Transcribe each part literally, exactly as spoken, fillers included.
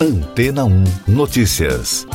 Antena um Notícias.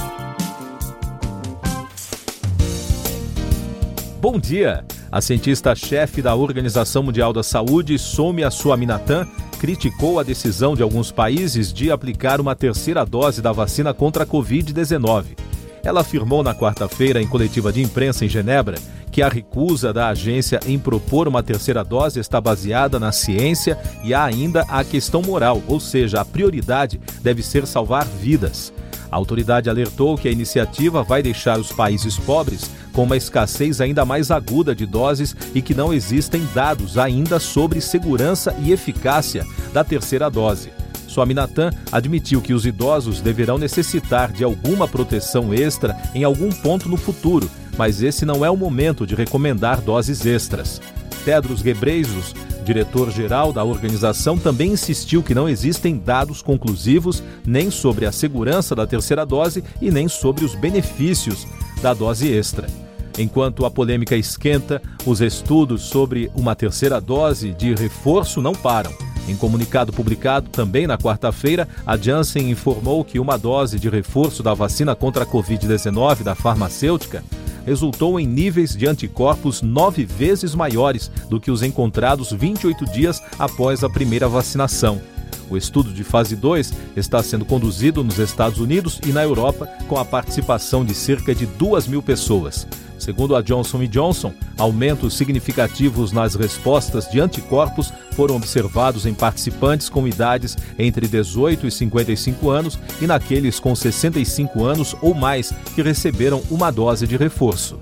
Bom dia! A cientista-chefe da Organização Mundial da Saúde, Soumya Swaminathan, criticou a decisão de alguns países de aplicar uma terceira dose da vacina contra a covid dezenove. Ela afirmou na quarta-feira, em coletiva de imprensa em Genebra, que a recusa da agência em propor uma terceira dose está baseada na ciência e há ainda a questão moral, ou seja, a prioridade deve ser salvar vidas. A autoridade alertou que a iniciativa vai deixar os países pobres com uma escassez ainda mais aguda de doses e que não existem dados ainda sobre segurança e eficácia da terceira dose. Swaminathan admitiu que os idosos deverão necessitar de alguma proteção extra em algum ponto no futuro, mas esse não é o momento de recomendar doses extras. Tedros Ghebreyesus, diretor-geral da organização, também insistiu que não existem dados conclusivos nem sobre a segurança da terceira dose e nem sobre os benefícios da dose extra. Enquanto a polêmica esquenta, os estudos sobre uma terceira dose de reforço não param. Em comunicado publicado também na quarta-feira, a Janssen informou que uma dose de reforço da vacina contra a covid dezenove da farmacêutica resultou em níveis de anticorpos nove vezes maiores do que os encontrados vinte e oito dias após a primeira vacinação. O estudo de fase dois está sendo conduzido nos Estados Unidos e na Europa com a participação de cerca de duas mil pessoas. Segundo a Johnson e Johnson, aumentos significativos nas respostas de anticorpos foram observados em participantes com idades entre dezoito e cinquenta e cinco anos e naqueles com sessenta e cinco anos ou mais que receberam uma dose de reforço.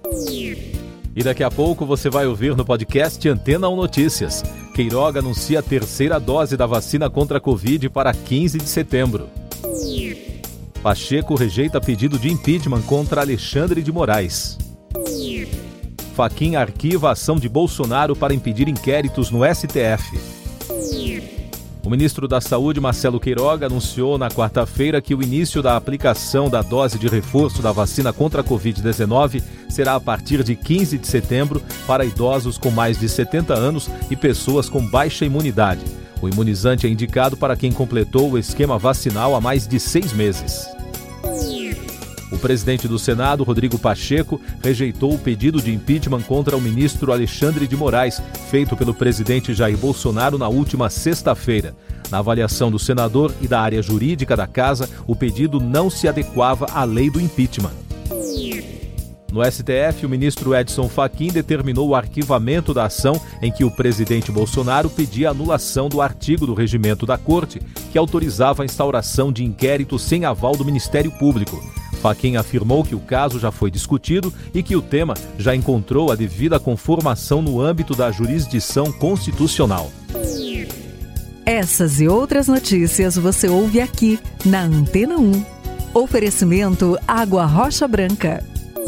E daqui a pouco você vai ouvir no podcast Antena um Notícias. Queiroga anuncia a terceira dose da vacina contra a Covid para quinze de setembro. Pacheco rejeita pedido de impeachment contra Alexandre de Moraes. Fachin arquiva a ação de Bolsonaro para impedir inquéritos no S T F. O ministro da Saúde, Marcelo Queiroga, anunciou na quarta-feira que o início da aplicação da dose de reforço da vacina contra a covid dezenove será a partir de quinze de setembro para idosos com mais de setenta anos e pessoas com baixa imunidade. O imunizante é indicado para quem completou o esquema vacinal há mais de seis meses. O presidente do Senado, Rodrigo Pacheco, rejeitou o pedido de impeachment contra o ministro Alexandre de Moraes, feito pelo presidente Jair Bolsonaro na última sexta-feira. Na avaliação do senador e da área jurídica da casa, o pedido não se adequava à lei do impeachment. No S T F, o ministro Edson Fachin determinou o arquivamento da ação em que o presidente Bolsonaro pedia a anulação do artigo do regimento da Corte, que autorizava a instauração de inquérito sem aval do Ministério Público. Fachin afirmou que o caso já foi discutido e que o tema já encontrou a devida conformação no âmbito da jurisdição constitucional. Essas e outras notícias você ouve aqui na Antena um. Oferecimento Água Rocha Branca.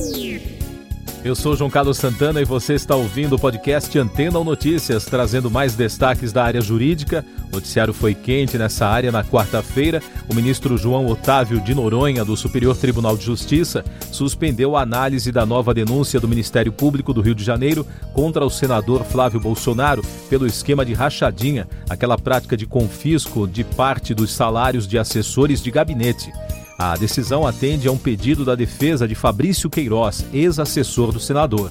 Eu sou João Carlos Santana e você está ouvindo o podcast Antena um Notícias, trazendo mais destaques da área jurídica. O noticiário foi quente nessa área na quarta-feira. O ministro João Otávio de Noronha, do Superior Tribunal de Justiça, suspendeu a análise da nova denúncia do Ministério Público do Rio de Janeiro contra o senador Flávio Bolsonaro pelo esquema de rachadinha, aquela prática de confisco de parte dos salários de assessores de gabinete. A decisão atende a um pedido da defesa de Fabrício Queiroz, ex-assessor do senador.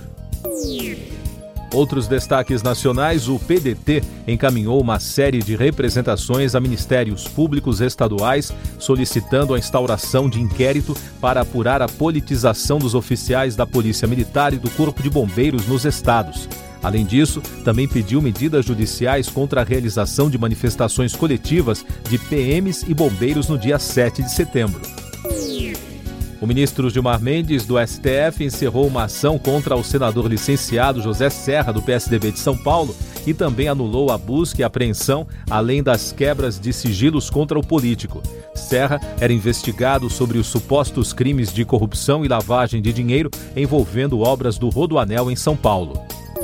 Outros destaques nacionais: o P D T encaminhou uma série de representações a ministérios públicos estaduais solicitando a instauração de inquérito para apurar a politização dos oficiais da Polícia Militar e do Corpo de Bombeiros nos estados. Além disso, também pediu medidas judiciais contra a realização de manifestações coletivas de P Ms e bombeiros no dia sete de setembro. O ministro Gilmar Mendes, do S T F, encerrou uma ação contra o senador licenciado José Serra, do P S D B de São Paulo, e também anulou a busca e apreensão, além das quebras de sigilos contra o político. Serra era investigado sobre os supostos crimes de corrupção e lavagem de dinheiro envolvendo obras do Rodoanel em São Paulo.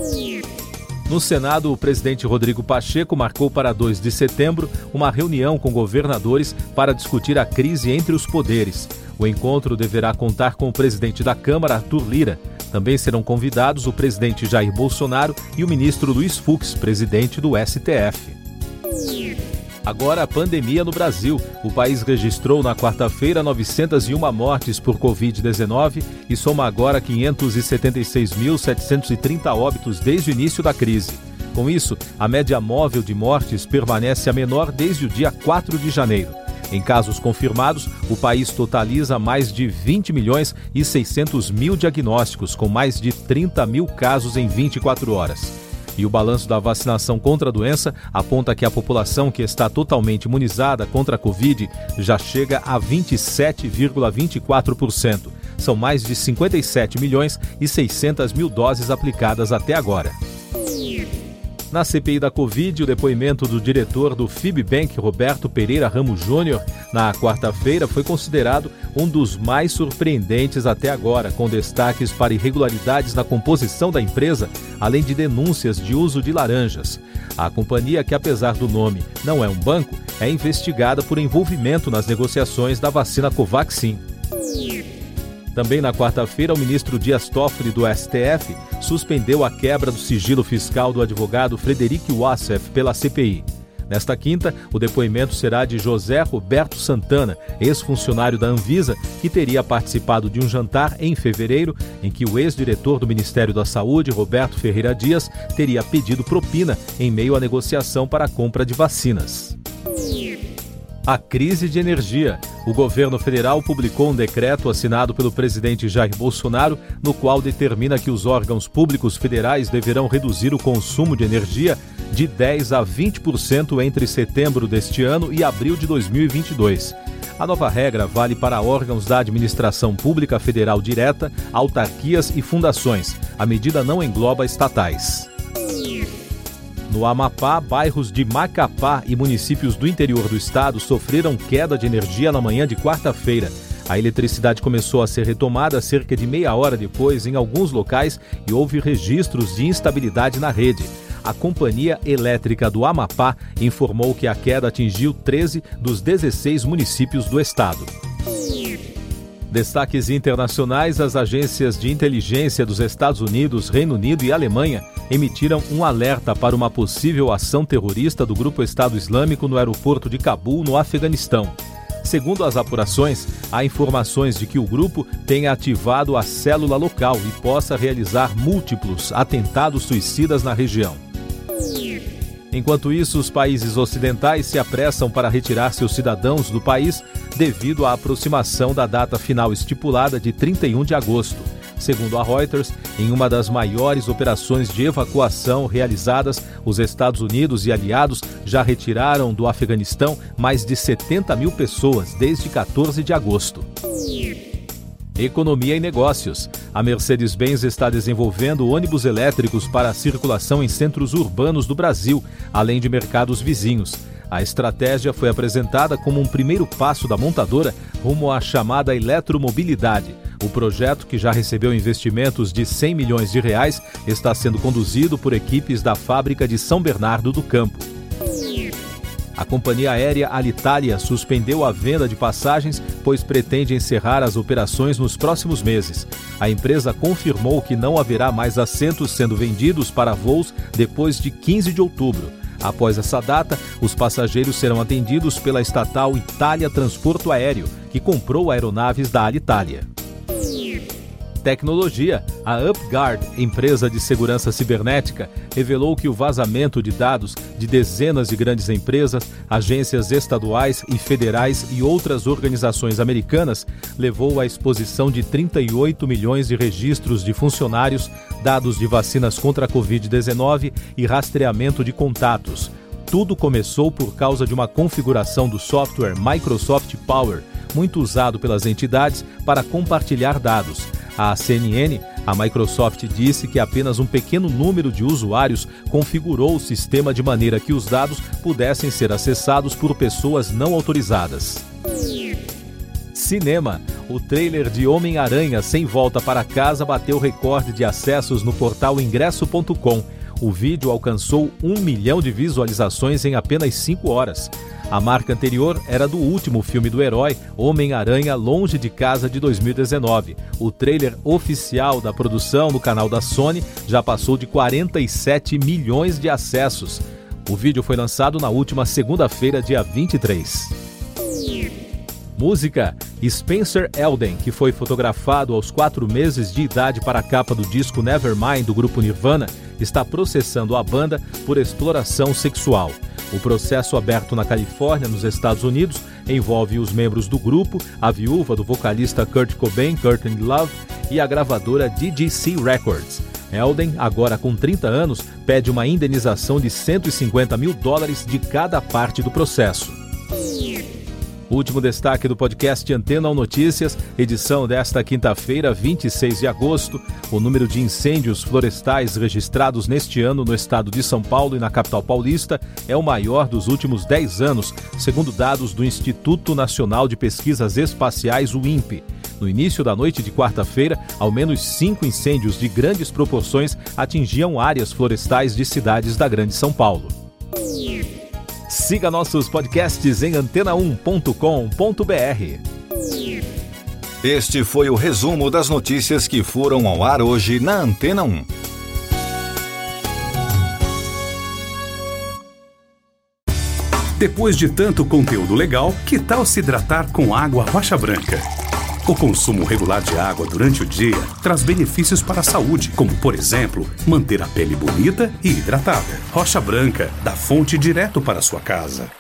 No Senado, o presidente Rodrigo Pacheco marcou para dois de setembro uma reunião com governadores para discutir a crise entre os poderes. O encontro deverá contar com o presidente da Câmara, Arthur Lira. Também serão convidados o presidente Jair Bolsonaro e o ministro Luiz Fux, presidente do S T F. Agora a pandemia no Brasil. O país registrou na quarta-feira novecentas e uma mortes por covid dezenove e soma agora quinhentos e setenta e seis mil, setecentos e trinta óbitos desde o início da crise. Com isso, a média móvel de mortes permanece a menor desde o dia quatro de janeiro. Em casos confirmados, o país totaliza mais de vinte milhões e seiscentos mil diagnósticos, com mais de trinta mil casos em vinte e quatro horas. E o balanço da vacinação contra a doença aponta que a população que está totalmente imunizada contra a Covid já chega a vinte e sete vírgula vinte e quatro por cento. São mais de cinquenta e sete milhões e seiscentas mil doses aplicadas até agora. Na C P I da Covid, o depoimento do diretor do Fibbank, Roberto Pereira Ramos Júnior, na quarta-feira foi considerado um dos mais surpreendentes até agora, com destaques para irregularidades na composição da empresa, além de denúncias de uso de laranjas. A companhia, que apesar do nome não é um banco, é investigada por envolvimento nas negociações da vacina Covaxin. Também na quarta-feira, o ministro Dias Toffoli, do S T F, suspendeu a quebra do sigilo fiscal do advogado Frederic Wassef pela C P I. Nesta quinta, o depoimento será de José Roberto Santana, ex-funcionário da Anvisa, que teria participado de um jantar em fevereiro, em que o ex-diretor do Ministério da Saúde, Roberto Ferreira Dias, teria pedido propina em meio à negociação para a compra de vacinas. A crise de energia. O governo federal publicou um decreto assinado pelo presidente Jair Bolsonaro, no qual determina que os órgãos públicos federais deverão reduzir o consumo de energia de dez a vinte por cento entre setembro deste ano e abril de dois mil e vinte e dois. A nova regra vale para órgãos da administração pública federal direta, autarquias e fundações. A medida não engloba estatais. No Amapá, bairros de Macapá e municípios do interior do estado sofreram queda de energia na manhã de quarta-feira. A eletricidade começou a ser retomada cerca de meia hora depois em alguns locais e houve registros de instabilidade na rede. A Companhia Elétrica do Amapá informou que a queda atingiu treze dos dezesseis municípios do estado. Destaques internacionais: as agências de inteligência dos Estados Unidos, Reino Unido e Alemanha emitiram um alerta para uma possível ação terrorista do grupo Estado Islâmico no aeroporto de Cabul, no Afeganistão. Segundo as apurações, há informações de que o grupo tenha ativado a célula local e possa realizar múltiplos atentados suicidas na região. Enquanto isso, os países ocidentais se apressam para retirar seus cidadãos do país devido à aproximação da data final estipulada de trinta e um de agosto. Segundo a Reuters, em uma das maiores operações de evacuação realizadas, os Estados Unidos e aliados já retiraram do Afeganistão mais de setenta mil pessoas desde quatorze de agosto. Economia e negócios. A Mercedes-Benz está desenvolvendo ônibus elétricos para a circulação em centros urbanos do Brasil, além de mercados vizinhos. A estratégia foi apresentada como um primeiro passo da montadora rumo à chamada eletromobilidade. O projeto, que já recebeu investimentos de cem milhões de reais, está sendo conduzido por equipes da fábrica de São Bernardo do Campo. A companhia aérea Alitalia suspendeu a venda de passagens, pois pretende encerrar as operações nos próximos meses. A empresa confirmou que não haverá mais assentos sendo vendidos para voos depois de quinze de outubro. Após essa data, os passageiros serão atendidos pela estatal Itália Transporto Aéreo, que comprou aeronaves da Alitalia. Tecnologia. A UpGuard, empresa de segurança cibernética, revelou que o vazamento de dados de dezenas de grandes empresas, agências estaduais e federais e outras organizações americanas levou à exposição de trinta e oito milhões de registros de funcionários, dados de vacinas contra a covid dezenove e rastreamento de contatos. Tudo começou por causa de uma configuração do software Microsoft Power, muito usado pelas entidades para compartilhar dados. À C N N, a Microsoft disse que apenas um pequeno número de usuários configurou o sistema de maneira que os dados pudessem ser acessados por pessoas não autorizadas. Cinema. O trailer de Homem-Aranha Sem Volta para Casa bateu recorde de acessos no portal ingresso ponto com. O vídeo alcançou um milhão de visualizações em apenas cinco horas. A marca anterior era do último filme do herói, Homem-Aranha Longe de Casa, de dois mil e dezenove. O trailer oficial da produção no canal da Sony já passou de quarenta e sete milhões de acessos. O vídeo foi lançado na última segunda-feira, dia vinte e três. Música: Spencer Elden, que foi fotografado aos quatro meses de idade para a capa do disco Nevermind do grupo Nirvana, está processando a banda por exploração sexual. O processo, aberto na Califórnia, nos Estados Unidos, envolve os membros do grupo, a viúva do vocalista Kurt Cobain, Courtney Love, e a gravadora D G C Records. Elden, agora com trinta anos, pede uma indenização de cento e cinquenta mil dólares de cada parte do processo. Último destaque do podcast Antena um Notícias, edição desta quinta-feira, vinte e seis de agosto. O número de incêndios florestais registrados neste ano no estado de São Paulo e na capital paulista é o maior dos últimos dez anos, segundo dados do Instituto Nacional de Pesquisas Espaciais, o INPE. No início da noite de quarta-feira, ao menos cinco incêndios de grandes proporções atingiam áreas florestais de cidades da Grande São Paulo. Siga nossos podcasts em antena um ponto com ponto b r. Este foi o resumo das notícias que foram ao ar hoje na Antena um. Depois de tanto conteúdo legal, que tal se hidratar com água Rocha Branca? O consumo regular de água durante o dia traz benefícios para a saúde, como, por exemplo, manter a pele bonita e hidratada. Rocha Branca, da fonte direto para a sua casa.